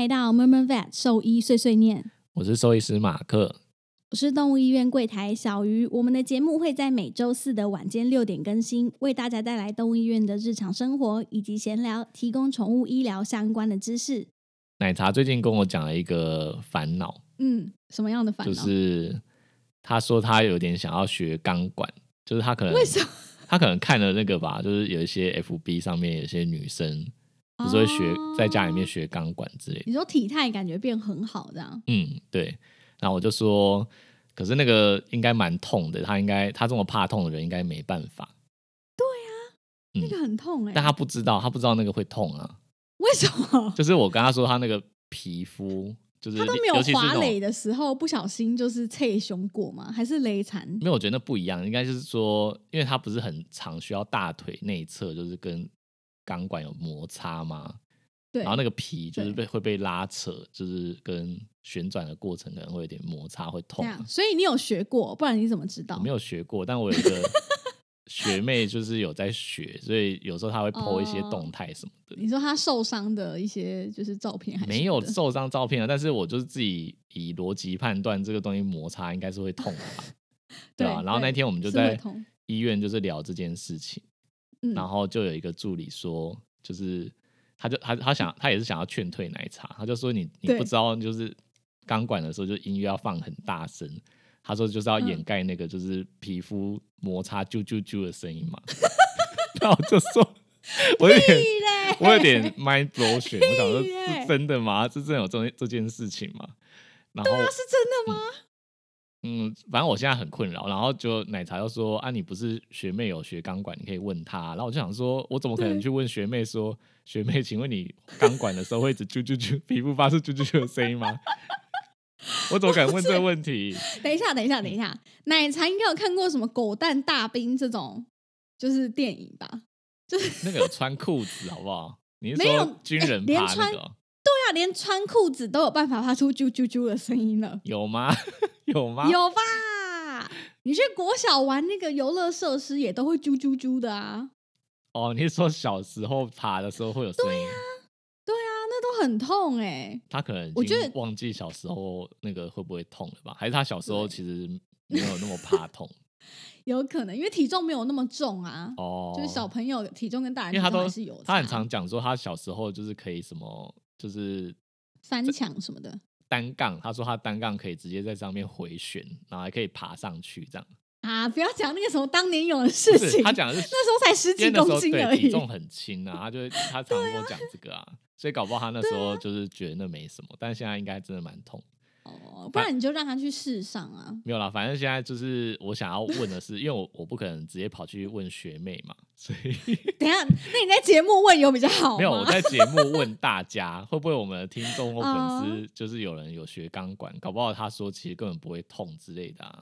来到 Murmur Vet 兽医碎碎念， 我是兽医师马克， 我是动物医院柜台小鱼。我们的节目会在每周四的晚间6点更新，为大家带来动物医院的日常生活以及闲聊，提供宠物医疗相关的知识。 奶茶最近跟我讲了一个烦恼， 什么样的烦恼？ 就是他说他有点想要学钢管，就是他可能为什么？ 他可能看了那个吧，就是有一些 FB 上面有一些女生就是会学、在家里面学钢管之类的。 你说体态感觉变很好这样？ 对。然后我就说，可是那个应该蛮痛的，他这么怕痛的人应该没办法。 对啊，那个很痛欸。 但他不知道那个会痛啊。 为什么？ 就是我跟他说他那个皮肤就是他都没有滑垒的时候不小心就是侧胸过吗？还是勒残？ 没有，我觉得那不一样，应该就是说因为他不是很常需要大腿内侧就是跟钢管有摩擦吗？对，然后那个皮就是会被拉扯，就是跟旋转的过程可能会有点摩擦，会痛。 所以你有学过，不然你怎么知道？ 我没有学过，但我有一个学妹就是有在学，所以有时候她会 po 一些动态什么的。 你说她受伤的一些就是照片还是？ 没有受伤照片啊，但是我就是自己以逻辑判断这个东西摩擦应该是会痛的吧。对啊，然后那天我们就在医院就是聊这件事情，然后就有一个助理说，就是他也是想要劝退奶茶，他就说你不知道就是钢管的时候就音乐要放很大声，他说就是要掩盖那个就是皮肤摩擦啾啾啾的声音嘛。然后我就说我有点 mind blown， 我想说是真的吗？是真的有这件事情吗？然后对啊，是真的吗？ 反正我现在很困扰，然后就奶茶又说啊，你不是学妹有学钢管，你可以问她。然后我就想说，我怎么可能去问学妹说，学妹，请问你钢管的时候会一直啾啾啾，皮肤发出啾啾啾的声音吗？我怎么敢问这个问题？ 等一下，奶茶应该有看过什么狗蛋大兵这种就是电影吧？就是那个有穿裤子好不好？你是说军人趴那个？ 对啊，连穿裤子都有办法发出啾啾啾的声音了， 有吗？有吗？ 有吧？你去国小玩那个游乐设施也都会啾啾啾的啊。 哦，你是说小时候爬的时候会有声音？ 对啊，那都很痛欸。 他可能已经忘记小时候那个会不会痛了吧？还是他小时候其实没有那么怕痛？ 有可能，因为体重没有那么重啊。就是小朋友体重跟大人体重还是有差。 他很常讲说他小时候就是可以什么，就是翻墙什么的。 单杠，他说他单杠可以直接在上面回旋，然后还可以爬上去这样。 啊！不要讲那个什么当年有的事情， 他讲的是那时候才10几公斤而已， 体重很轻啊。他常跟我讲这个啊，所以搞不好他那时候就是觉得那没什么，但现在应该真的蛮痛。 不然你就让他去试上啊。 没有啦，反正现在就是我想要问的是，因为我不可能直接跑去问学妹嘛，所以等一下，那你在节目问有比较好吗？ 没有，我在节目问大家，会不会我们的听众或粉丝就是有人有学钢管，搞不好他说其实根本不会痛之类的啊。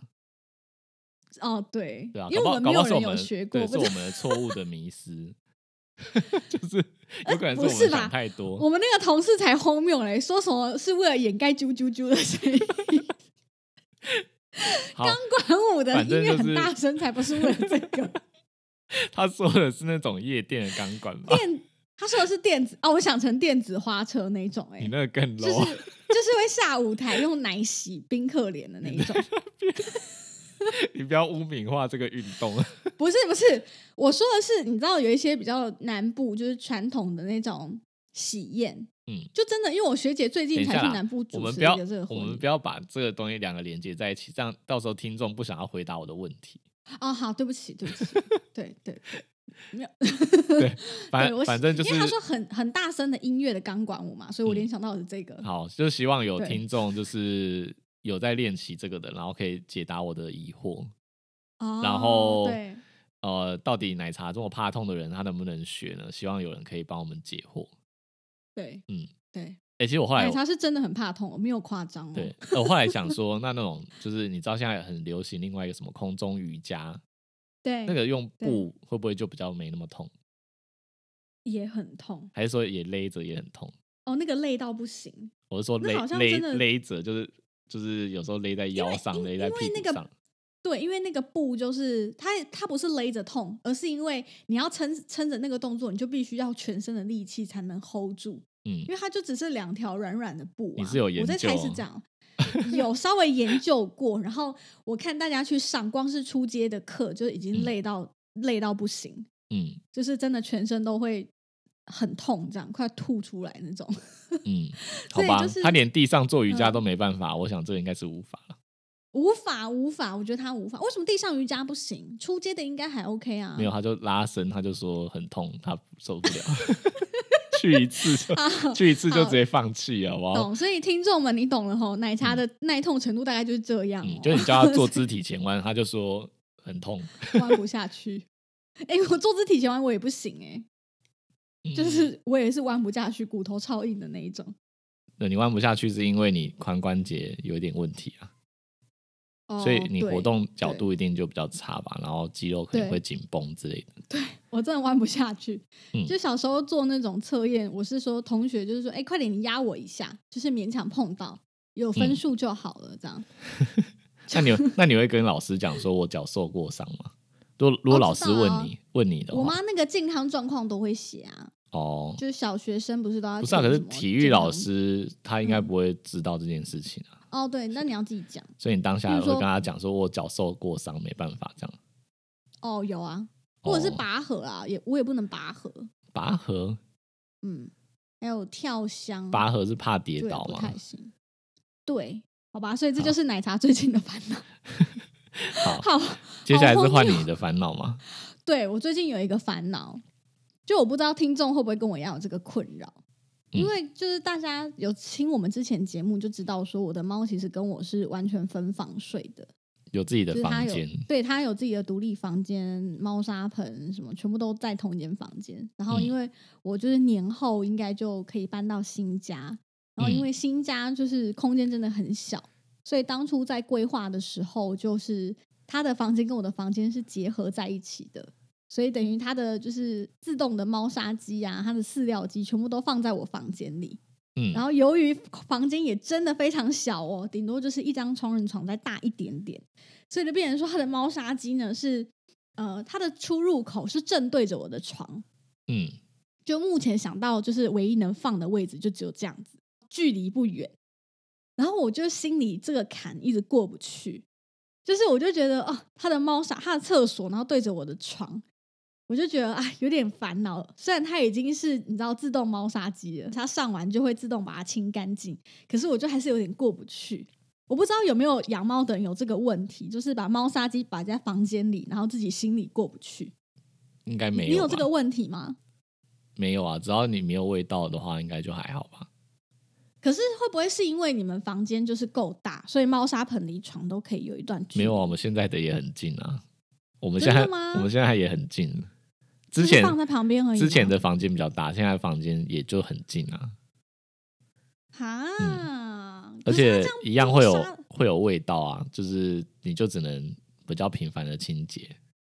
对啊， 因为我们没有人有学过， 是我们的错误的迷思。就是有可能是我们想太多。 我们那个同事才荒谬嘞，说什么是为了掩盖啾啾啾的声音。钢管舞的音乐很大声，才不是为了这个。 他说的是那种夜店的钢管吧？ 他说的是电子我想成电子花车那种你那个更 low， 就是会下舞台用奶洗宾客脸的那一种。 你不要污名化这个运动。 不是，我说的是，你知道有一些比较南部就是传统的那种喜宴，就真的，因为我学姐最近才去南部主持一个这个婚礼。 我们不要把这个东西两个连接在一起，这样到时候听众不想要回答我的问题。 好，对不起，对，没有， 对，反正就是因为他说很大声的音乐的钢管舞嘛，所以我联想到的是这个。 好，就希望有听众就是有在练习这个的，然后可以解答我的疑惑。然后对， 到底奶茶这么怕痛的人，他能不能学呢？希望有人可以帮我们解惑。 对，对。 其实我后来奶茶是真的很怕痛，没有夸张。 对，我后来想说，那种就是你知道现在很流行另外一个什么空中瑜伽， 对， 那个用布会不会就比较没那么痛？ 也很痛， 还是说也勒着也很痛？ 那个勒到不行。 我是说勒着，就是有时候勒在腰上，勒在屁股上。 对，因为那个布就是它不是勒着痛，而是因为你要撑着那个动作，你就必须要全身的力气才能 hold 住。 因为它就只是2条软软的布啊。 你是有研究？ 我在猜是这样，有稍微研究过。然后我看大家去上光是初阶的课，就已经累到不行，就是真的全身都会很痛，这样快吐出来那种。 好吧，他连地上做瑜伽都没办法，我想这应该是无法了。 无法，我觉得他无法。为什么地上瑜伽不行？初阶的应该还 OK 啊。 没有，他就拉伸，他就说很痛，他受不了。去一次就直接放弃了， 懂。所以听众们，你懂了吼，奶茶的耐痛程度大概就是这样。 就你叫他做肢体前弯，他就说很痛， 弯不下去。我做肢体前弯我也不行就是我也是弯不下去，骨头超硬的那一种。 你弯不下去是因为你髋关节有一点问题啊。所以你活动角度一定就比较差吧，然后肌肉可能会紧绷之类的。 对，我真的弯不下去。就小时候做那种测验，我是说同学就是说，快点你压我一下，就是勉强碰到，有分数就好了，这样。 那你会跟老师讲说我脚受过伤吗？如果老师问你的话， 我妈那个健康状况都会写啊。就是小学生不是都要？ 不是啊，可是体育老师他应该不会知道这件事情啊。 对，那你要自己讲。 所以你当下会跟他讲说我脚受过伤，没办法这样。 有啊，或者是拔河啊，我也不能拔河。 拔河？ 还有跳箱。 拔河是怕跌倒吗？ 不太行。对，好吧，所以这就是奶茶最近的烦恼。好， 接下来是换你的烦恼吗？ 对，我最近有一个烦恼。就我不知道听众会不会跟我一样有这个困扰，因为就是大家有听我们之前节目就知道说，我的猫其实跟我是完全分房睡的， 有自己的房间， 对，它有自己的独立房间，猫砂盆什么全部都在同一间房间。然后因为我就是年后应该就可以搬到新家，然后因为新家就是空间真的很小，所以当初在规划的时候，就是它的房间跟我的房间是结合在一起的。所以等于它的就是自动的猫砂机啊，它的饲料机全部都放在我房间里。然后由于房间也真的非常小顶多就是一张双人床再大一点点，所以就变成说它的猫砂机呢是它的出入口是正对着我的床。就目前想到就是唯一能放的位置就只有这样子，距离不远。然后我就心里这个坎一直过不去，就是我就觉得它的猫砂，它的厕所然后对着我的床，我就觉得有点烦恼。虽然它已经是你知道自动猫砂机了，它上完就会自动把它清干净，可是我就还是有点过不去。我不知道有没有养猫的人有这个问题，就是把猫砂机摆在房间里，然后自己心里过不去。 应该没有吧？ 你有这个问题吗？ 没有啊，只要你没有味道的话应该就还好吧。 可是会不会是因为你们房间就是够大，所以猫砂盆离床都可以有一段距离？ 没有啊，我们现在的也很近啊。我们现在也很近。之前放在旁边而已。 之前的房间比较大，现在的房间也就很近啊。而且一样会有味道啊，就是你就只能比较频繁的清洁。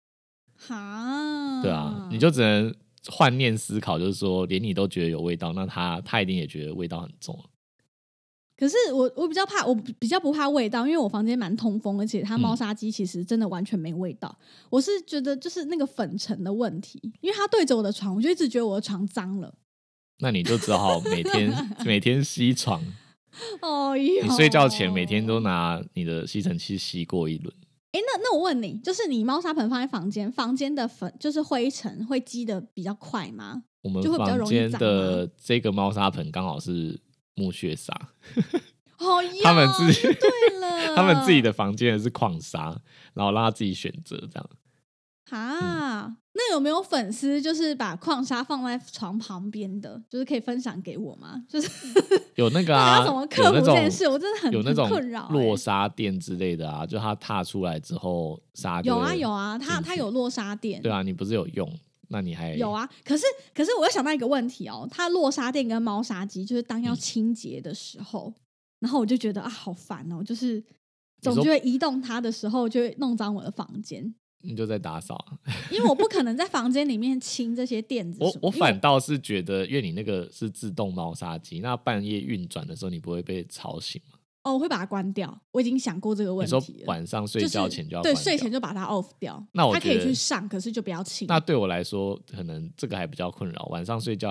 对啊，你就只能换念思考，就是说连你都觉得有味道，那他一定也觉得味道很重。 可是我比较不怕味道，因为我房间蛮通风，而且它猫砂机其实真的完全没味道。我是觉得就是那个粉尘的问题，因为它对着我的床，我就一直觉得我的床脏了。 那你就只好每天吸床。你睡觉前每天都拿你的吸尘器吸过一轮。 那我问你，就是你猫砂盆放在房间的粉就是灰尘会积的比较快吗？ 我们房间的这个猫砂盆刚好是木屑砂。他们自己的房间是矿砂，然后让他自己选择这样。 那有没有粉丝就是把矿砂放在床旁边的，就是可以分享给我吗？就是有那个啊， 要怎么克服这件事？我真的有那种困扰。 落沙垫之类的啊，就他踏出来之后沙就有啊，它有落沙垫。 对啊，你不是有用？那你还有啊？可是我又想到一个问题它落沙垫跟猫砂机就是当要清洁的时候，然后我就觉得好烦就是总觉得移动它的时候就会弄脏我的房间。 你就在打扫因为我不可能在房间里面清这些垫子。 我反倒是觉得，因为你那个是自动猫砂机，那半夜运转的时候你不会被吵醒吗？ 我会把它关掉。我已经想过这个问题了。 你说晚上睡觉前就要关掉？ 对，睡前就把它 off 掉。 那我它可以去上，可是就不要清。 那对我来说，可能这个还比较困扰。晚上睡觉还要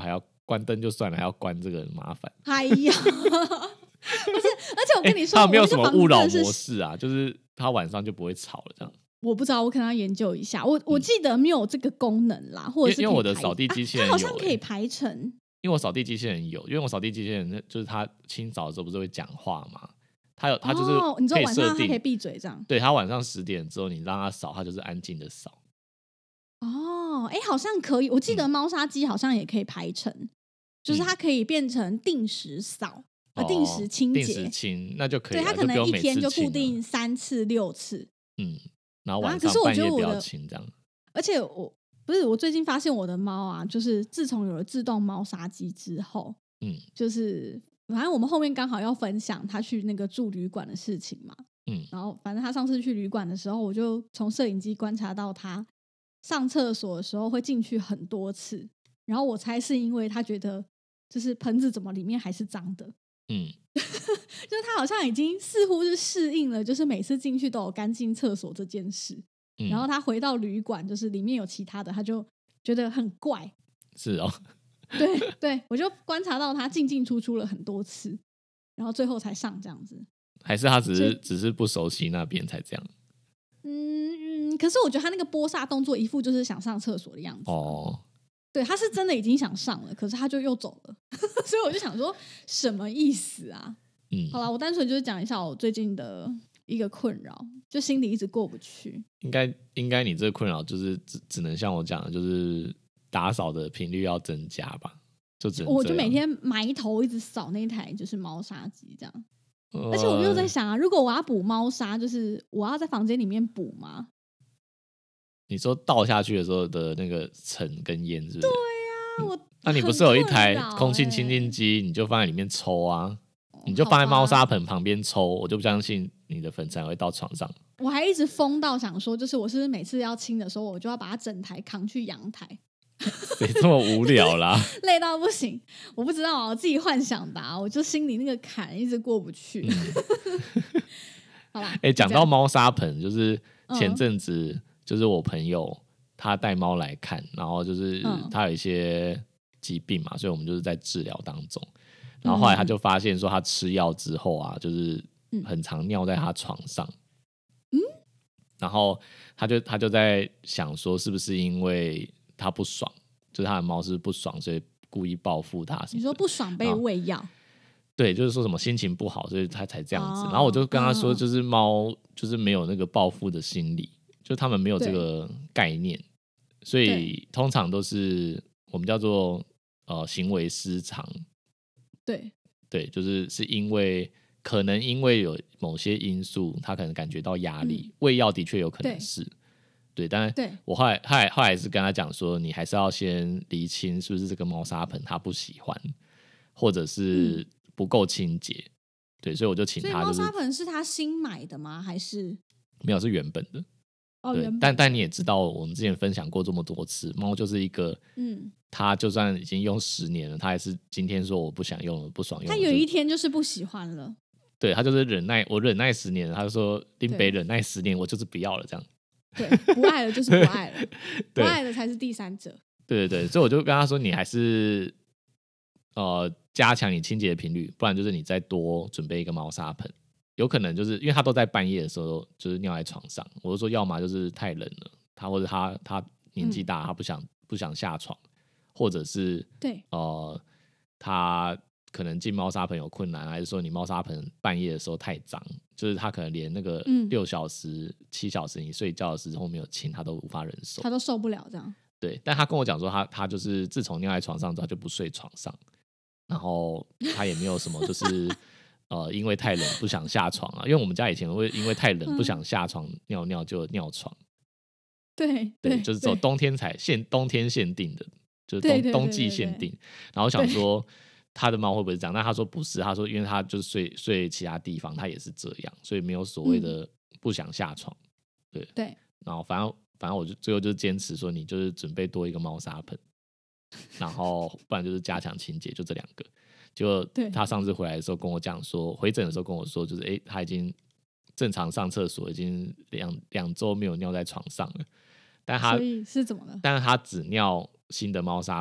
关灯就算了，还要关这个麻烦。 哎呀，不是，而且我跟你说， 他没有什么勿扰模式啊，就是他晚上就不会吵了这样。 我不知道，我可能要研究一下。我记得没有这个功能啦，或者是因为我的扫地机器人它好像可以排程。 因为我扫地机器人有，因为我扫地机器人就是它清扫的时候不是会讲话嘛，它就是你知道晚上它可以闭嘴这样。 对，它晚上10点之后你让它扫，它就是安静的扫。 好像可以。我记得猫砂机好像也可以排程，就是它可以变成定时扫。定时清洁， 定时清，那就可以了。 对，它可能一天就固定3次6次。 然后晚上半夜不要清这样。 而且我最近发现我的猫啊，就是自从有了自动猫砂机之后，就是反正我们后面刚好要分享他去那个住旅馆的事情嘛，然后反正他上次去旅馆的时候，我就从摄影机观察到他上厕所的时候会进去很多次，然后我猜是因为他觉得就是盆子怎么里面还是脏的。就是他好像已经似乎是适应了，就是每次进去都有干净厕所这件事。然后他回到旅馆，就是里面有其他的，他就觉得很怪。 是哦， 对，我就观察到他进进出出了很多次，然后最后才上这样子。 还是他只是不熟悉那边才这样？ 可是我觉得他那个拨砂动作一副就是想上厕所的样子。对，他是真的已经想上了，可是他就又走了，所以我就想说什么意思啊？好啦，我单纯就是讲一下我最近的一个困扰，就心里一直过不去。 应该你这个困扰就是只能像我讲的，就是打扫的频率要增加吧，就只能我就每天埋头一直扫那台就是猫砂机这样。而且我又在想啊，如果我要补猫砂，就是我要在房间里面补吗？ 你说倒下去的时候的那个尘跟烟是不是？ 对啊， 那你不是有一台空气清净机，你就放在里面抽啊，你就放在猫砂盆旁边抽，我就不相信你的粉尘会到床上。 我还一直疯到想说，就是我是不是每次要清的时候，我就要把它整台扛去阳台？ 谁这么无聊啦？ 累到不行，我不知道啊，我自己幻想的啊，我就心里那个坎一直过不去。好啦， 讲到猫砂盆，就是前阵子就是我朋友他带猫来看，然后就是他有一些疾病嘛，所以我们就是在治疗当中。然后后来他就发现说，他吃药之后啊，就是很常尿在他床上。然后他就在想说，是不是因为他不爽，就是他的猫是不爽，所以故意报复他什么的。 你说不爽被喂药？ 对，就是说什么心情不好，所以他才这样子。然后我就跟他说，就是猫就是没有那个报复的心理，就他们没有这个概念，所以通常都是我们叫做行为失常。对，就是可能因为有某些因素，他可能感觉到压力，喂药的确有可能是。对，但我后来是跟他讲说，你还是要先厘清是不是这个猫砂盆他不喜欢，或者是不够清洁。对，所以我就请他、就是。 所以猫砂盆是他新买的吗？还是没有，是原本的。对，但你也知道，我们之前分享过这么多次，猫就是一个，它就算已经用10年了，它还是今天说我不想用了，不爽用了， 它有一天就是不喜欢了。 对，它就是我忍耐10年了，他就说林北忍耐10年，我就是不要了这样。 对，不爱了就是不爱了，不爱了才是第三者。 对，所以我就跟他说，你还是加强你清洁的频率，不然就是你再多准备一个猫砂盆。有可能就是因为他都在半夜的时候就是尿在床上，我就说要么就是太冷了，他或者他年纪大，他不想下床，或者是他可能进猫砂盆有困难，还是说你猫砂盆半夜的时候太脏，就是他可能连那个6小时、7小时你睡觉的时候没有清，他都无法忍受， 他都受不了这样。 对，但他跟我讲说他就是自从尿在床上之后就不睡床上，然后他也没有什么就是因为太冷不想下床啊，因为我们家以前会因为太冷不想下床尿尿就尿床。 对， 就是只有冬天限定的，就是冬季限定。然后想说他的猫会不会这样？但他说不是，他说因为他就是睡其他地方，他也是这样，所以没有所谓的不想下床。对。然后反正我就最后就是坚持说，你就是准备多一个猫砂盆，然后不然就是加强清洁，就这2个。结果他上次回来的时候跟我讲说，回诊的时候跟我说，就是他已经正常上厕所，已经两周没有尿在床上了。但他所以是怎么了？ 但是他只尿新的猫砂盆，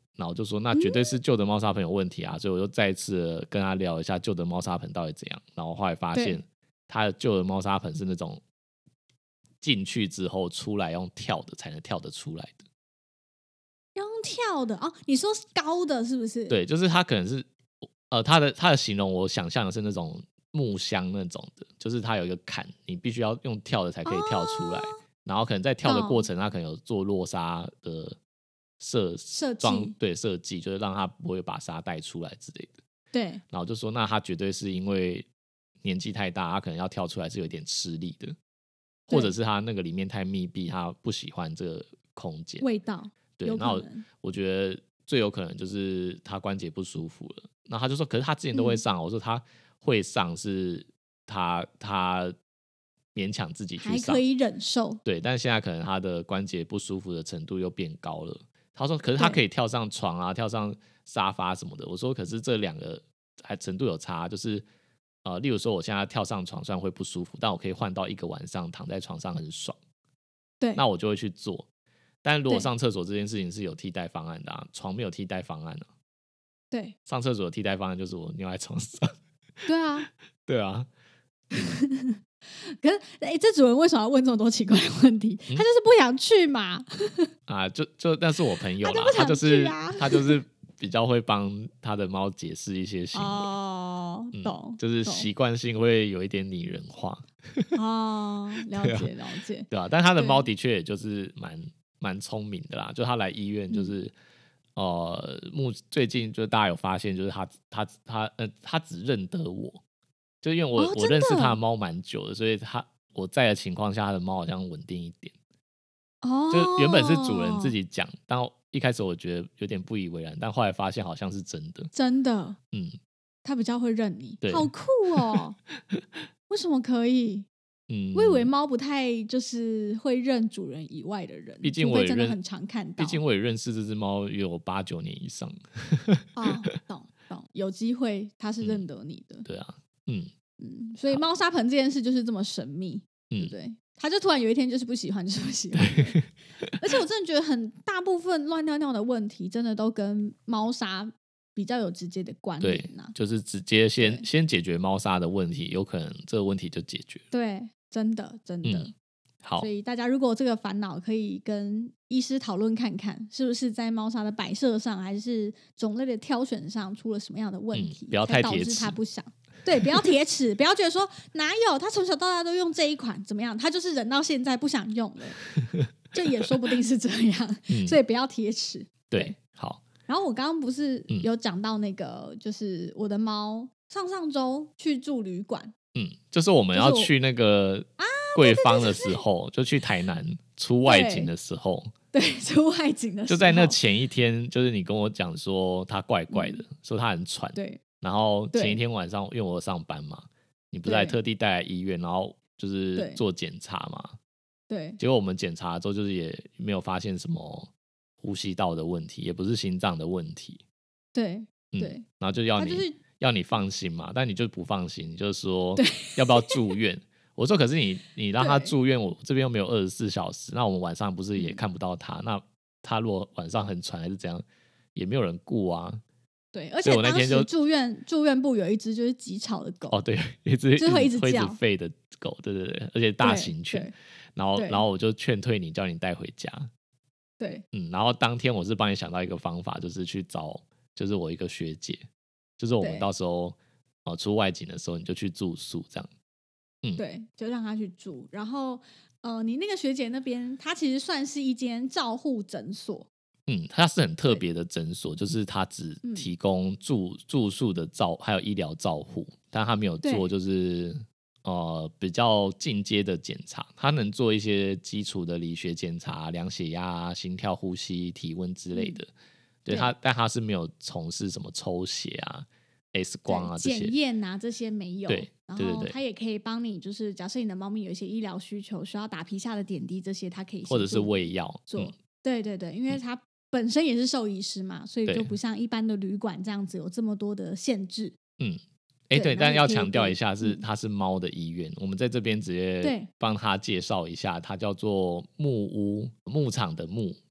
然后就说那绝对是旧的猫砂盆有问题啊，所以我就再一次跟他聊一下旧的猫砂盆到底怎样，然后后来发现他的旧的猫砂盆是那种进去之后出来用跳的才能跳得出来的， 用跳的哦？你说是高的是不是？ 对，就是他可能是他的形容我想象的是那种木箱那种的，就是它有一个坎，你必须要用跳的才可以跳出来，然后可能在跳的过程它可能有做落沙的设计，就是让它不会把沙带出来之类的。 对， 然后就说那他绝对是因为年纪太大，他可能要跳出来是有点吃力的，或者是他那个里面太密闭，他不喜欢这个空间味道。 对，那我觉得最有可能就是他关节不舒服了。那他就说，可是他之前都会上，我说他会上是他勉强自己去上， 还可以忍受。 对，但是现在可能他的关节不舒服的程度又变高了。他说，可是他可以跳上床啊，跳上沙发什么的。我说，可是这两个还程度有差，就是例如说我现在跳上床虽然会不舒服，但我可以换到一个晚上躺在床上很爽。 对， 那我就会去做。但如果上厕所这件事情是有替代方案的啊，床没有替代方案啊。 对， 上厕所的替代方案就是我尿在床上。 对啊， 对啊。 可是，这主人为什么要问这么多奇怪的问题？他就是不想去嘛。 啊，就那是我朋友啦， 他就是他就是比较会帮他的猫解释一些行为。 哦，懂， 就是习惯性会有一点拟人化。 哦，了解了解。 对啊，但他的猫的确也就是蛮聪明的啦。就他来医院就是。最近就大家有发现，就是他只认得我，就因为我认识他的猫蛮久的，所以我在的情况下，他的猫好像稳定一点。 哦， 就原本是主人自己讲，但一开始我觉得有点不以为然，但后来发现好像是真的。 真的，他比较会认你，好酷哦！为什么可以？我以为猫不太就是会认主人以外的人， 毕竟我也真的很常看到。 毕竟我也认识这只猫有8、9年以上。 哦，懂，有机会它是认得你的。 对啊， 所以猫砂盆这件事就是这么神秘，对不对？他就突然有一天就是不喜欢，就是不喜欢。而且我真的觉得很大部分乱尿尿的问题，真的都跟猫砂比较有直接的关联啊。 就是直接先解决猫砂的问题，有可能这个问题就解决。 对。真的， 好。 所以大家如果有这个烦恼，可以跟医师讨论看看，是不是在猫砂的摆设上，还是种类的挑选上出了什么样的问题， 不要太铁齿， 导致他不想。对，不要铁齿，不要觉得说哪有他从小到大都用这一款，怎么样？他就是忍到现在不想用了，就也说不定是这样。所以不要铁齿。 对，好。 然后我刚刚不是有讲到那个，就是我的猫上周去住旅馆。 就是我们要去那个桂芳的时候，就去台南出外景的时候， 对，出外景的时候， 就在那前一天，就是你跟我讲说他怪怪的，说他很喘， 对， 然后前一天晚上因为我有上班嘛，你不是还特地带来医院，然后就是做检查嘛， 对， 结果我们检查之后就是也没有发现什么呼吸道的问题，也不是心脏的问题， 对， 然后就要你放心嘛，但你就不放心，就是说要不要住院？我说可是你让他住院，我这边又没有24小时，那我们晚上不是也看不到他？那他如果晚上很喘还是怎样，也没有人顾啊。 对，而且我那天就住院部有一只就是极吵的狗。 哦，对，一只就是会一直吠的狗，对，而且大型犬。然后我就劝退你，叫你带回家。 对， 然后当天我是帮你想到一个方法，就是去找就是我一个学姐。就是我们到时候出外景的时候，你就去住宿这样。 对，就让他去住。然后你那个学姐那边，她其实算是一间照护诊所。 它是很特别的诊所，就是它只提供住宿的还有医疗照护，但它没有做就是比较进阶的检查。它能做一些基础的理学检查，量血压、心跳、呼吸、体温之类的。对，但他是没有从事什么抽血啊、X 光啊这些检验啊，这些没有。 对， 然后他也可以帮你，就是假设你的猫咪有一些医疗需求，需要打皮下的点滴，这些他可以或者是喂药做。对，因为他本身也是兽医师嘛，所以就不像一般的旅馆这样子有这么多的限制。 对，但要强调一下它是猫的医院，我们在这边直接帮他介绍一下，它叫做木屋，牧场的牧。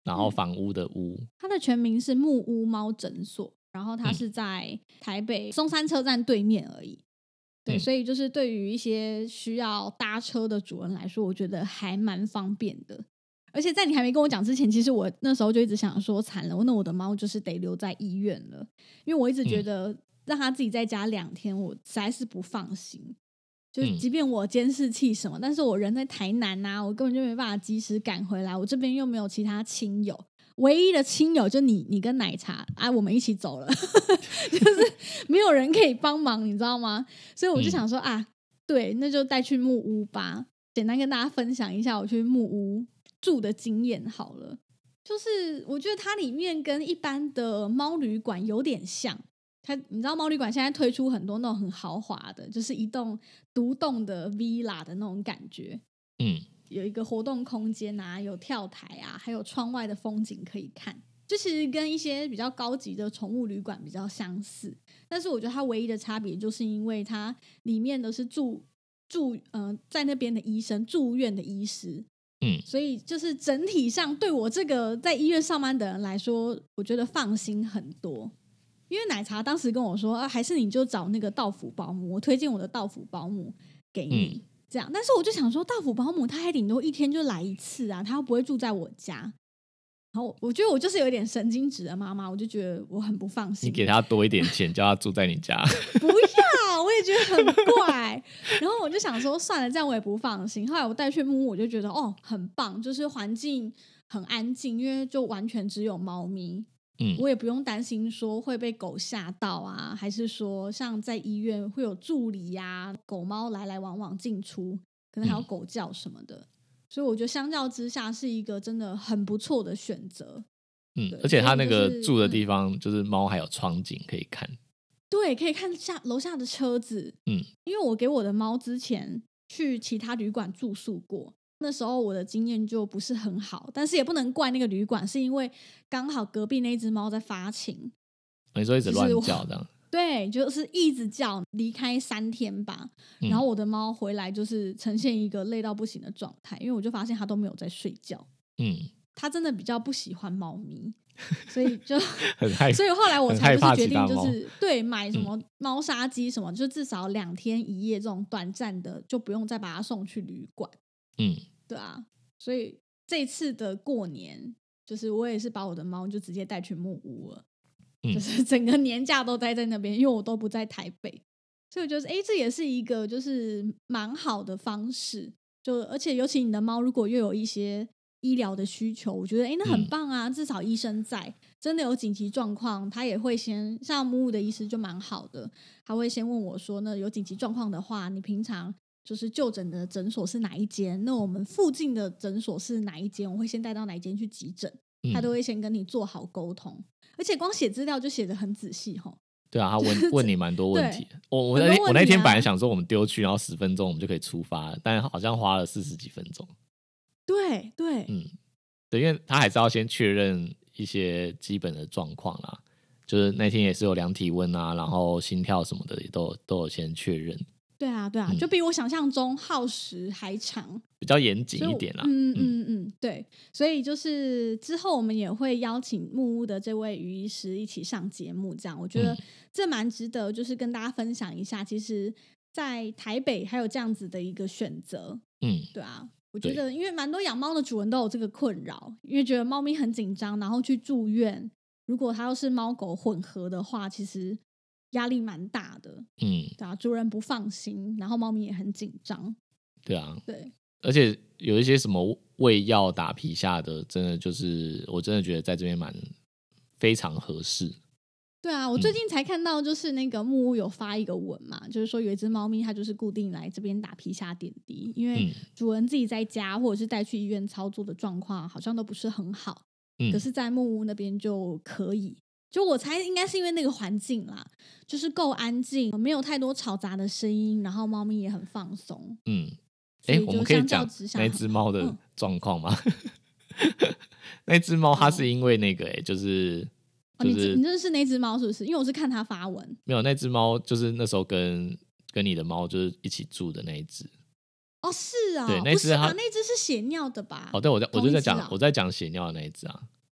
然后房屋的屋。 它的全名是木屋猫诊所，然后它是在台北松山车站对面而已。对，所以就是对于一些需要搭车的主人来说，我觉得还蛮方便的。而且在你还没跟我讲之前，其实我那时候就一直想说，惨了，那我的猫就是得留在医院了，因为我一直觉得让它自己在家2天，我实在是不放心。就是即便我监视器什么，但是我人在台南啊，我根本就没办法及时赶回来，我这边又没有其他亲友。唯一的亲友就你跟奶茶啊，我们一起走了就是没有人可以帮忙，你知道吗？所以我就想说啊，对，那就带去木屋吧。简单跟大家分享一下我去木屋住的经验好了。就是我觉得它里面跟一般的猫旅馆有点像，你知道猫旅馆现在推出很多那种很豪华的，就是一栋独栋的 villa 的那种感觉。有一个活动空间啊，有跳台啊，还有窗外的风景可以看，就其实跟一些比较高级的宠物旅馆比较相似。但是我觉得它唯一的差别就是因为它里面的是在那边的医生，住院的医师。所以就是整体上对我这个在医院上班的人来说，我觉得放心很多。因为奶茶当时跟我说还是你就找那个到府保姆，我推荐我的到府保姆给你。这样，但是我就想说，到府保姆他还顶多1天就来1次啊，他又不会住在我家。然后我觉得我就是有点神经质的妈妈，我就觉得我很不放心。 你给他多一点钱，叫他住在你家？ 不要，我也觉得很怪。然后我就想说，算了，这样我也不放心。后来我带去木屋，我就觉得很棒，就是环境很安静，因为就完全只有猫咪。我也不用担心说会被狗吓到啊，还是说像在医院会有助理啊，狗猫来来往往进出，可能还有狗叫什么的。所以我觉得相较之下是一个真的很不错的选择。 而且他那个住的地方就是猫还有窗景可以看。 对，可以看楼下的车子。因为我给我的猫之前去其他旅馆住宿过，那时候我的经验就不是很好，但是也不能怪那个旅馆，是因为刚好隔壁那只猫在发情。 你说一直乱叫这样？ 对，就是一直叫，离开3天吧。然后我的猫回来就是呈现一个累到不行的状态，因为我就发现它都没有在睡觉。它真的比较不喜欢猫咪，所以就所以后来我才就是决定就是对买什么猫砂机什么，就至少2天1夜这种短暂的，就不用再把它送去旅馆。对啊，所以这次的过年，就是我也是把我的猫就直接带去木屋了。就是整个年假都待在那边，因为我都不在台北，所以我觉得这也是一个就是蛮好的方式。而且尤其你的猫如果又有一些医疗的需求，我觉得那很棒啊，至少医生在，真的有紧急状况，他也会先，像木屋的医师就蛮好的，他会先问我说，那有紧急状况的话，你平常就是就诊的诊所是哪一间？那我们附近的诊所是哪一间？我会先带到哪一间去急诊，他都会先跟你做好沟通。而且光写资料就写得很仔细齁。 对啊，他问你蛮多问题的。我那天本来想说我们丢去，然后10分钟我们就可以出发了，但好像花了40几分钟。 对， 对，因为他还是要先确认一些基本的状况啦，就是那天也是有量体温啊，然后心跳什么的也都有先确认。 对啊，就比我想象中耗时还长， 比较严谨一点啦。 对，所以就是之后我们也会邀请木屋的这位于医师一起上节目，这样我觉得这蛮值得，就是跟大家分享一下，其实在台北还有这样子的一个选择。对啊，我觉得因为蛮多养猫的主人都有这个困扰，因为觉得猫咪很紧张，然后去住院，如果它要是猫狗混合的话，其实压力蛮大的。对啊，主人不放心，然后猫咪也很紧张。 对啊， 对， 而且有一些什么喂药打皮下的，真的就是我真的觉得在这边非常合适。 对啊，我最近才看到，就是那个木屋有发一个文嘛，就是说有一只猫咪，它就是固定来这边打皮下点滴，因为主人自己在家或者是带去医院操作的状况好像都不是很好。可是在木屋那边就可以，就我猜应该是因为那个环境啦，就是够安静，没有太多吵杂的声音，然后猫咪也很放松。 我们可以讲那只猫的状况吗？那只猫它是因为那个就是你认识那只猫是不是？因为我是看它发文。没有，那只猫就是那时候跟你的猫就是一起住的那一只。 是啊， 对，那只不是吧？那只是血尿的吧？ 对，我就在讲血尿的那一只啊。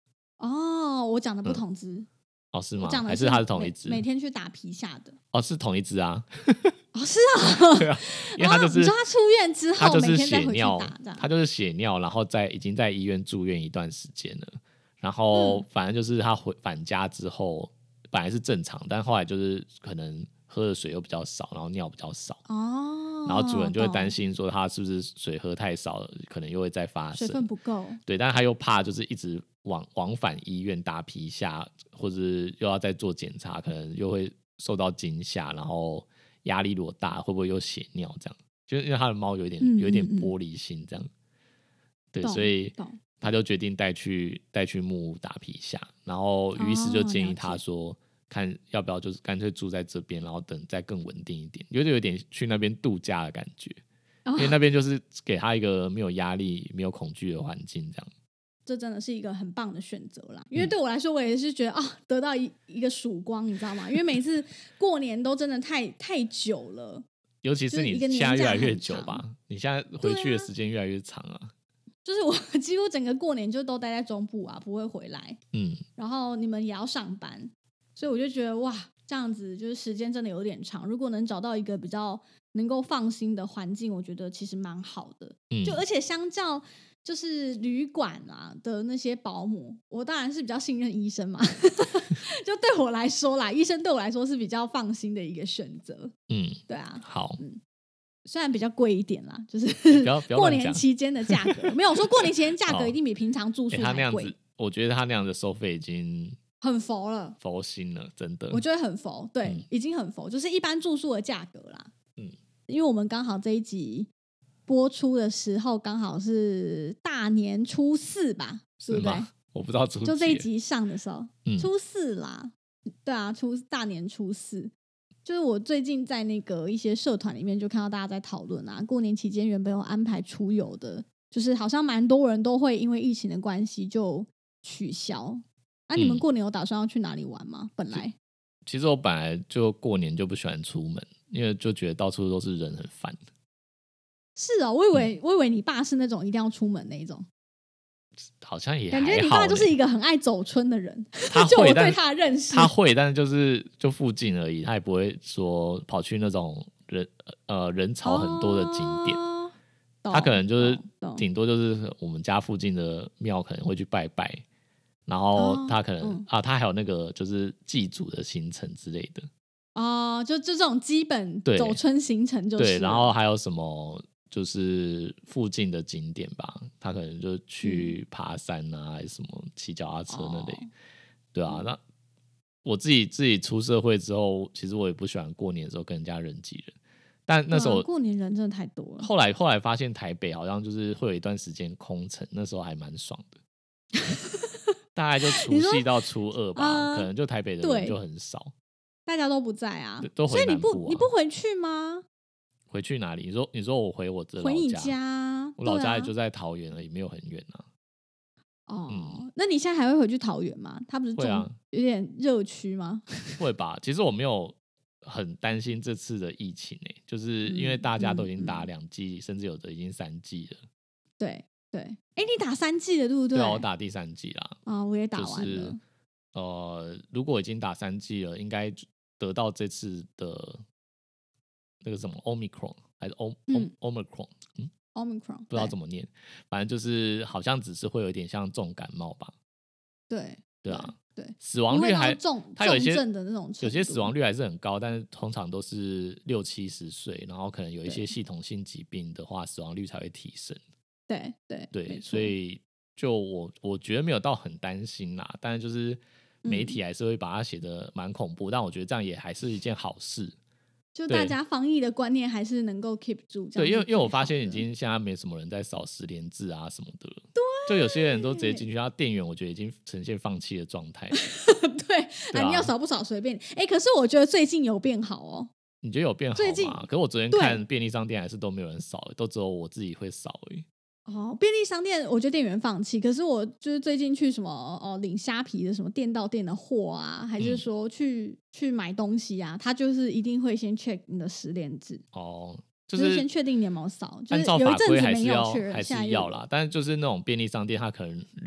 哦，我讲的不同支。 哦，是吗？ 我讲的还是它是同一支？ 每天去打皮下的。 哦，是同一支啊。 哦，是啊。 对啊，因为他就是你说他出院之后， 他就是每天再回去血尿， 打这样。 他就是血尿，然后已经在医院住院一段时间了。然后反正就是他返家之后，本来是正常，但后来就是可能喝的水又比较少，然后尿比较少。 哦。 然后主人就会担心说他是不是水喝太少了，可能又会再发生水分不够。 对，但是他又怕就是一直往返医院打皮下，或者又要再做检查，可能又会受到惊吓，然后压力如果大，会不会又血尿这样？就是因为他的猫有一点玻璃心这样。对，所以他就决定带去木屋打皮下，然后于是就建议他说，看要不要就是干脆住在这边，然后等再更稳定一点，有点去那边度假的感觉。因为那边就是给他一个没有压力、没有恐惧的环境，这样。 这真的是一个很棒的选择啦。因为对我来说，我也是觉得得到一个曙光，你知道吗？因为每次过年都真的太久了， 尤其是你现在越来越久吧，你现在回去的时间越来越长啊。 就是我几乎整个过年就都待在中部啊，不会回来。然后你们也要上班，所以我就觉得哇，这样子就是时间真的有点长。如果能找到一个比较能够放心的环境，我觉得其实蛮好的。就而且相较就是旅馆啊的那些保姆，我当然是比较信任医生嘛。就对我来说啦，医生对我来说是比较放心的一个选择。对啊。 好。 虽然比较贵一点啦，就是过年期间的价格。没有说过年期间价格一定比平常住宿还贵。 我觉得他那样的收费已经很佛了， 佛心了，真的。 我觉得很佛，对，已经很佛，就是一般住宿的价格啦。因为我们刚好这一集播出的时候刚好是大年初4吧，对不对？ 我不知道就这一集上的时候，初4啦。对啊，大年初4。就是我最近在那个一些社团里面就看到大家在讨论啊，过年期间原本有安排出游的，就是好像蛮多人都会因为疫情的关系就取消。你们过年有打算要去哪里玩吗？本来其实我本来就过年就不喜欢出门，因为就觉得到处都是人很烦。 是啊，我以为你爸是那种一定要出门那一种。 好像也感觉你爸就是一个很爱走春的人。 他会， 就我对他的认识， 他会，但是就附近而已，他也不会说跑去那种人潮很多的景点。他可能就是顶多就是我们家附近的庙可能会去拜拜，然后他可能他还有那个就是祭祖的行程之类的。 就这种基本走春行程就是。 对，然后还有什么？就是附近的景点吧，他可能就去爬山啊，还是什么骑脚踏车那类。对啊，那我自己出社会之后，其实我也不喜欢过年的时候跟人家人挤人。但那时候过年人真的太多了。 后来发现台北好像就是会有一段时间空城，那时候还蛮爽的。大概就除夕到初2吧，可能就台北的人就很少， 大家都不在啊， 都回南部啊。 所以你不回去吗？ 回去哪里？你说我回我的老家？ 回你家？ 我老家也就在桃园而已，没有很远啊。 那你现在还会回去桃园吗？它不是有点热区吗？ 会吧。其实我没有很担心这次的疫情就是因为大家都已经打2剂，甚至有的已经3剂了。 对，你打3剂了，对不对？ 对啊，我打第3剂啦。 我也打完了。 就是如果已经打3剂了，应该得到这次的那个什么 Omicron 还是 Omicron， Omicron 不知道怎么念，反正就是好像只是会有一点像重感冒吧。对啊，死亡率它有一些的那种， 有些死亡率还是很高，但是通常都是60-70岁，然后可能有一些系统性疾病的话，死亡率才会提升。对，所以就我觉得没有到很担心啦，但是就是媒体还是会把它写得蛮恐怖，但我觉得这样也还是一件好事。 就大家防疫的观念还是能够 keep 住。 对，因为我发现现在没什么人在扫10连制啊什么的了。对，就有些人都直接进去，然后店员我觉得已经呈现放弃的状态。 对，你要扫不扫随便。可是我觉得最近有变好哦。 你觉得有变好吗？最近，可是我昨天看便利商店还是都没有人扫，都只有我自己会扫而已。 便利商店我觉得店员放弃，可是我就是最近去什么领虾皮的什么店到店的货啊，还是说去买东西啊，他就是一定会先 check 你的10连制。 就是先确定你有没有扫， 按照法规还是要现在啦。但是就是那种便利商店，他可能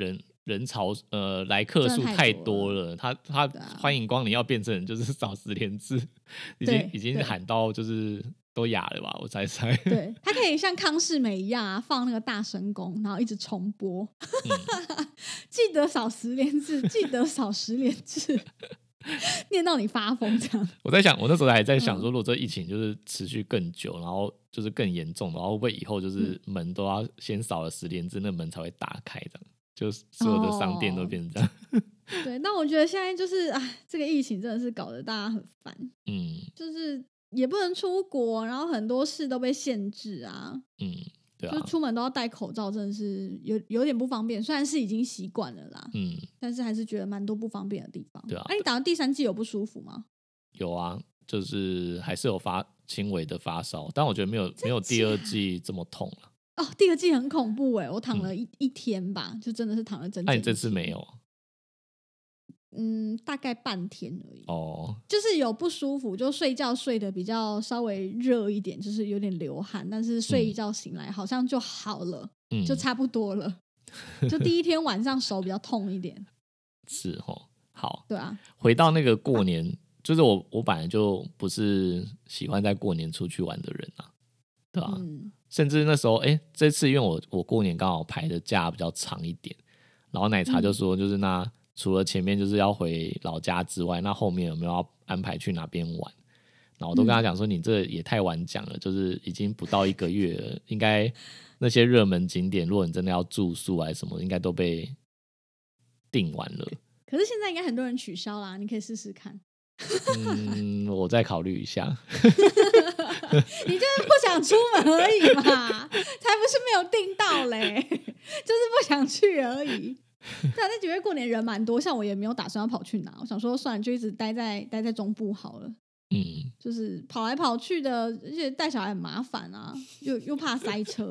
人潮来客数太多了，他欢迎光临要变成就是扫10连字，已经喊到就是都哑了吧，我猜。 对，他可以像康世美一样啊，放那个大神功，然后一直重播，记得扫10连字，记得扫10连字，念到你发疯这样。 我在想，我那时候还在想说，如果这疫情就是持续更久，然后就是更严重，然后会不会以后就是门都要先扫了10连字，那门才会打开这样，就所有的商店都变成这样。 对，那我觉得现在就是这个疫情真的是搞得大家很烦，就是也不能出国，然后很多事都被限制啊， 对啊， 就出门都要戴口罩，真的是有点不方便。虽然是已经习惯了啦，但是还是觉得蛮多不方便的地方。 对啊， 你打完第3剂有不舒服吗？ 有啊，就是还是有轻微的发烧，但我觉得没有第2剂这么痛了。 第2剂很恐怖我躺了一天吧，就真的是躺了整整一天。 那你这次没有？ 大概半天而已。就是有不舒服，就睡觉睡得比较稍微热一点，就是有点流汗，但是睡一觉醒来好像就好了，就差不多了。就第1天晚上手比较痛一点。 是好。 对啊， 回到那个过年，就是我本来就不是喜欢在过年出去玩的人啊，对吧？甚至那时候，这次因为我过年刚好排的假比较长一点，然后奶茶就说，就是那除了前面就是要回老家之外，那后面有没有要安排去哪边玩？然后我都跟他讲说，你这也太晚讲了，就是已经不到1个月了，应该那些热门景点，如果你真的要住宿还是什么，应该都被订完了。 可是现在应该很多人取消啦，你可以试试看。 我再考虑一下。 你就是不想出门而已嘛，才不是没有订到嘞，就是不想去而已。对啊，那9月过年人蛮多，像我也没有打算要跑去哪，我想说算了，就一直待在中部好了。就是跑来跑去的，而且带小孩很麻烦啊，又怕塞车。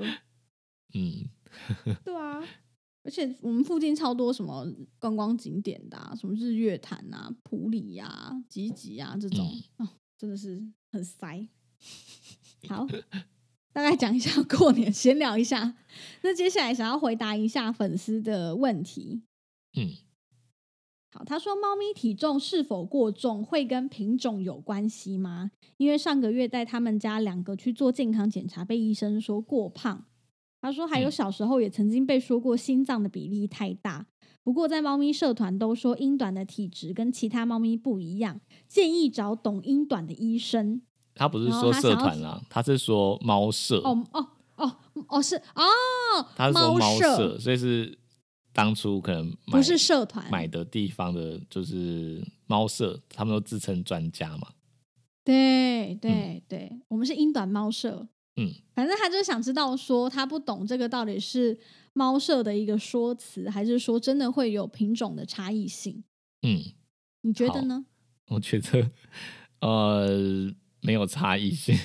对啊，而且我们附近超多什么观光景点的什么日月潭啊、埔里啊、集集啊这种，真的是很塞。好，大概讲一下过年，闲聊一下。那接下来想要回答一下粉丝的问题。好，他说猫咪体重是否过重会跟品种有关系吗？因为上个月带他们家2个去做健康检查，被医生说过胖。他说还有小时候也曾经被说过心脏的比例太大，不过在猫咪社团都说英短的体质跟其他猫咪不一样，建议找懂英短的医生。 他不是说社团啦，他是说猫舍。 是他是说猫舍，所以是当初可能不是社团买的地方的，就是猫舍，他们都自称专家嘛。 对，我们是英短猫舍。反正他就是想知道说他不懂这个到底是猫舍的一个说辞，还是说真的会有品种的差异性。你觉得呢？ 我觉得没有差异性。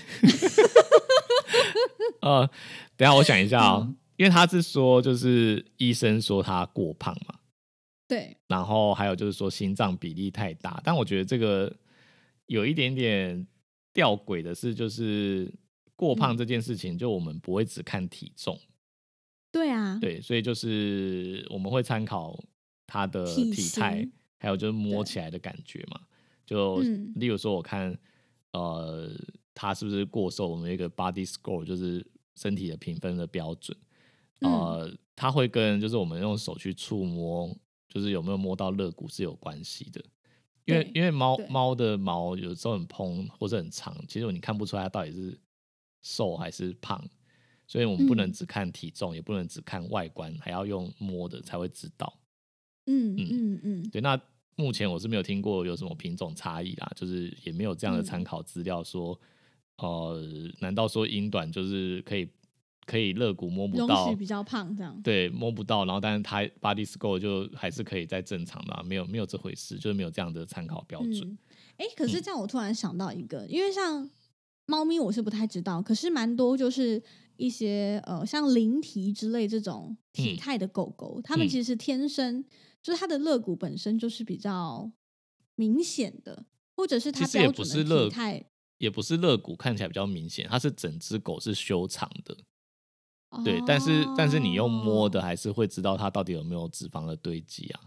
等一下我想一下因为他是说就是医生说他过胖嘛， 对， 然后还有就是说心脏比例太大，但我觉得这个有一点点吊诡的是，就是过胖这件事情，就我们不会只看体重。 对啊， 对，所以就是我们会参考他的体态，还有就是摸起来的感觉嘛。就例如说我看他是不是过瘦，我们有一个 body score 就是身体的评分的标准。它会跟就是我们用手去触摸，就是有没有摸到肋骨是有关系的。因为猫的毛有时候很蓬或者很长，其实你看不出来它到底是瘦还是胖，所以我们不能只看体重，也不能只看外观，还要用摸的才会知道。对，那目前我是没有听过有什么品种差异啦，就是也没有这样的参考资料说，难道说英短就是可以肋骨摸不到， 容许比较胖这样？ 对，摸不到，然后但是它 body score 就还是可以在正常的，没有这回事，就是没有这样的参考标准。 可是这样我突然想到一个，因为像猫咪我是不太知道，可是蛮多就是一些像灵缇之类这种体态的狗狗，它们其实天生就是它的肋骨本身就是比较明显的，或者是它标准的体态， 也不是肋骨看起来比较明显，它是整只狗是修长的。 对，但是你用摸的还是会知道它到底有没有脂肪的堆积啊。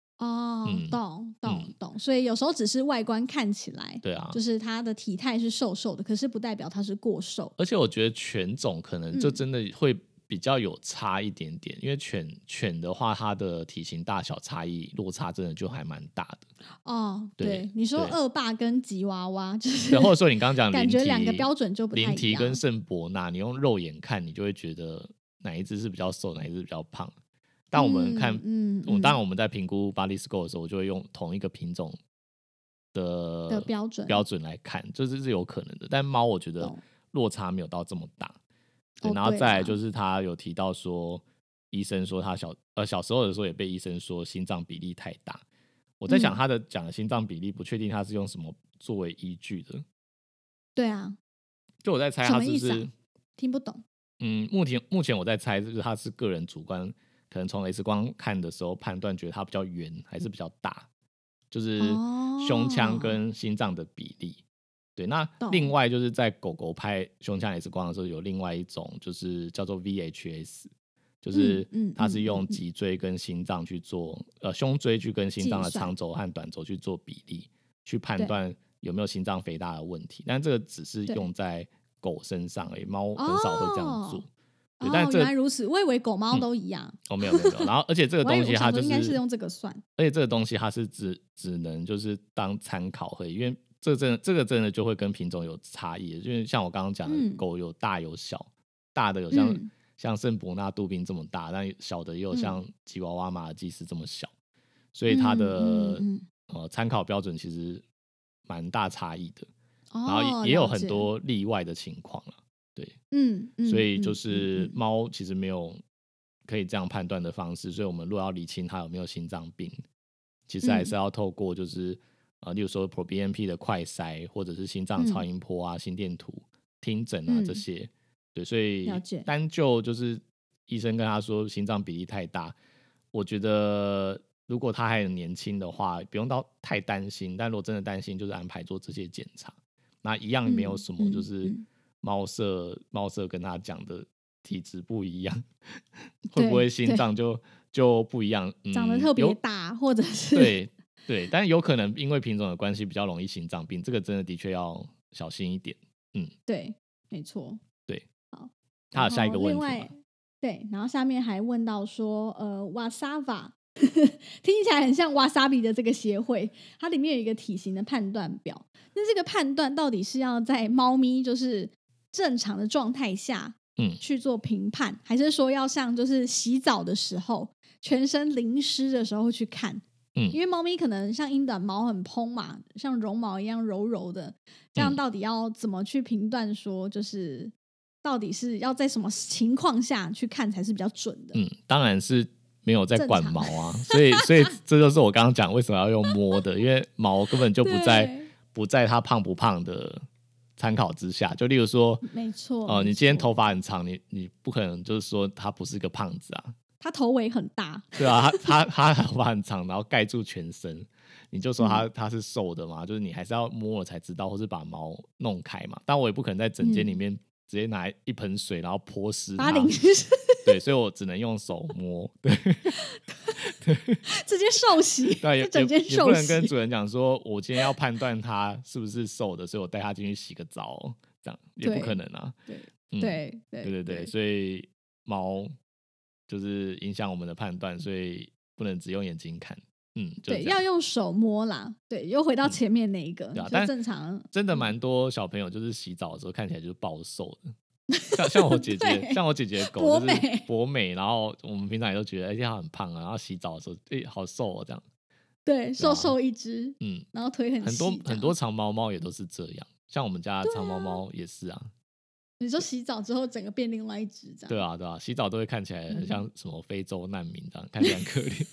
懂，所以有时候只是外观看起来， 对啊， 就是它的体态是瘦瘦的，可是不代表它是过瘦。 而且我觉得犬种可能就真的会比较有差一点点，因为犬的话，它的体型大小差异落差真的就还蛮大的。 对，你说恶霸跟吉娃娃，就是对，或者说你刚刚讲感觉两个标准就不太一样。 灵缇跟圣伯纳，你用肉眼看，你就会觉得哪一只是比较瘦，哪一只比较胖。但我们看，当然我们在评估 body score 的时候，我就会用同一个品种的标准来看，就是有可能的。但猫我觉得落差没有到这么大。对，然后再来就是他有提到说，医生说他小时候的时候也被医生说心脏比例太大。我在想他的讲的心脏比例，不确定他是用什么作为依据的。 对啊， 就我在猜他是不是听不懂。 目前我在猜，就是他是个人主观，可能从 X 光看的时候判断觉得他比较圆还是比较大，就是胸腔跟心脏的比例。对，那另外就是在狗狗拍胸腔 X 光的时候，有另外一种就是叫做 VHS， 就是它是用脊椎跟心脏去做胸椎去跟心脏的长轴和短轴去做比例，去判断有没有心脏肥大的问题。但这个只是用在狗身上而已，猫很少会这样做。但原来如此，我以为狗猫都一样。 没有。然后而且这个东西它就是应该是用这个算， 而且这个东西它是只能就是当参考而已，因为这个真的就会跟品种有差异，因为像我刚刚讲的，狗有大有小，大的有像圣伯纳杜宾这么大，但小的也有像吉娃娃马尔济斯这么小，所以它的参考标准其实蛮大差异的。然后也有很多例外的情况啦。对，所以就是猫其实没有可以这样判断的方式，所以我们如果要理清它有没有心脏病，其实还是要透过就是例如说 proBNP 的快筛，或者是心脏超音波啊、心电图、听诊啊这些。对，所以单就就是医生跟他说心脏比例太大，我觉得如果他还很年轻的话，不用到太担心。但如果真的担心，就是安排做这些检查。那一样没有什么，就是猫舍跟他讲的体质不一样，会不会心脏就不一样？ 长得特别大，或者是对，但有可能因为品种的关系比较容易心脏病，这个真的的确要小心一点。 对，没错。 对， 好， 他有下一个问题吗？ 对，然后下面还问到说，Wasava 听起来很像 Wasabi 的这个协会，它里面有一个体型的判断表。那这个判断到底是要在猫咪就是正常的状态下去做评判，还是说要像就是洗澡的时候全身淋湿的时候去看？因为猫咪可能像英短毛很蓬嘛，像绒毛一样柔柔的，这样到底要怎么去评断说就是到底是要在什么情况下去看才是比较准的？ 当然是没有在管毛啊，所以这就是我刚刚讲为什么要用摸的，因为毛根本就不在它胖不胖的参考之下。就例如说， 没错， 你今天头发很长，你不可能就是说他不是个胖子啊。 他头围很大， 对啊，他头发很长，然后盖住全身，你就说他是瘦的嘛？就是你还是要摸了才知道，或是把毛弄开嘛。但我也不可能在整间里面直接拿一盆水然后泼湿它，对，所以我只能用手摸，对， 直接受洗， 对， 也不能跟主人讲说我今天要判断它是不是瘦的，所以我带它进去洗个澡，这样也不可能啊。对，所以毛就是影响我们的判断，所以不能只用眼睛看。 对，要用手摸啦。对，又回到前面那一个，就正常。 真的蛮多小朋友就是洗澡的时候看起来就是暴瘦的，像我姐姐的狗就是博美，然后我们平常也都觉得它很胖啊，然后洗澡的时候好瘦哦这样。 对，瘦一只，然后腿很细。 很多长毛猫也都是这样，像我们家的长毛猫也是啊。 你说洗澡之后整个变另外一只这样？ 对啊，洗澡都会看起来很像什么非洲难民这样，看起来很可怜。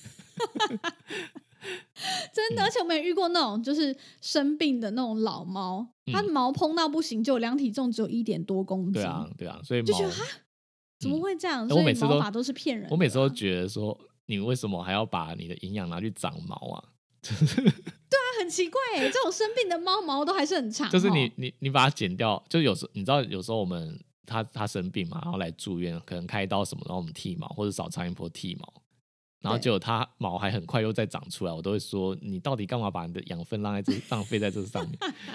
真的，而且我们也遇过那种就是生病的那种老猫，它的毛蓬到不行，就量体重只有1.多公斤。 对啊，所以就觉得怎么会这样？所以毛发都是骗人的。 我每次都觉得说，你为什么还要把你的营养拿去长毛啊？ 对啊，很奇怪耶，这种生病的猫毛都还是很长。 就是你把它剪掉，就有时候你知道，有时候我们他生病嘛，然后来住院，可能开刀什么，然后我们剃毛或者扫苍蝇婆剃毛，然后结果他毛还很快又再长出来，我都会说你到底干嘛把你的养分浪费在这上面？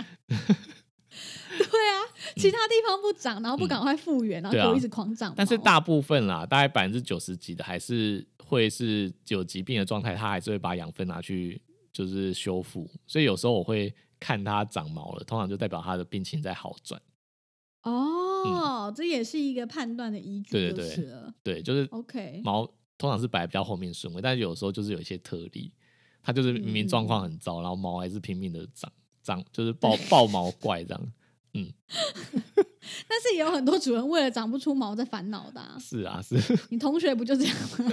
对啊，其他地方不长，然后不赶快复原，然后就一直狂长毛。 但是大部分啦，大概90%几的还是会是有疾病的状态，他还是会把养分拿去就是修复，所以有时候我会看他长毛了，通常就代表他的病情在好转。 这也是一个判断的依据就是了。 对，就是 OK 毛通常是摆比较后面顺位，但是有时候就是有一些特例，他就是明明状况很糟，然后毛还是拼命的长，就是爆毛怪这样。 但是也有很多主人为了长不出毛在烦恼的啊。 是啊，是。 你同学不就这样吗？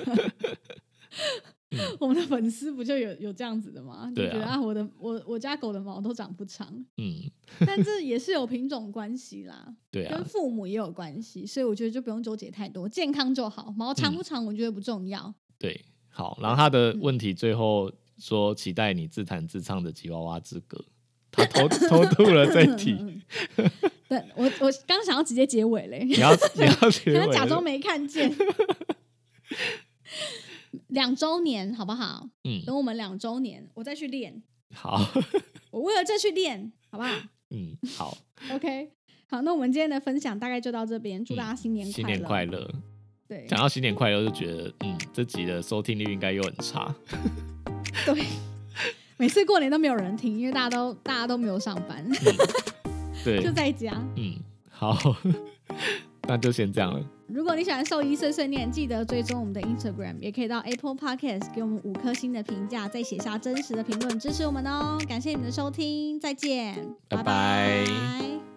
我们的粉丝不就有这样子的吗？就觉得我家狗的毛都长不长。但这也是有品种关系啦，对啊，跟父母也有关系，所以我觉得就不用纠结太多，健康就好，毛长不长我觉得不重要。 对，好，然后他的问题最后说期待你自弹自唱的吉娃娃之歌，他偷渡了这一题。 对，我刚想要直接结尾嘞， 你要结尾， 假装没看见。2周年好不好？等我们2周年，我再去练。 好， 我为了这去练，好不好？ 好。 OK， 好，那我们今天的分享大概就到这边，祝大家新年快乐！ 新年快乐！ 对， 讲到新年快乐，就觉得这集的收听率应该又很差。 对，每次过年都没有人听，因为大家都没有上班， 对， 就在家。 好。那就先这样了。 如果你喜欢兽医碎碎念，记得追踪我们的 Instagram， 也可以到 Apple Podcast 给我们5颗星的评价，再写下真实的评论支持我们哦。感谢你们的收听，再见， 拜拜。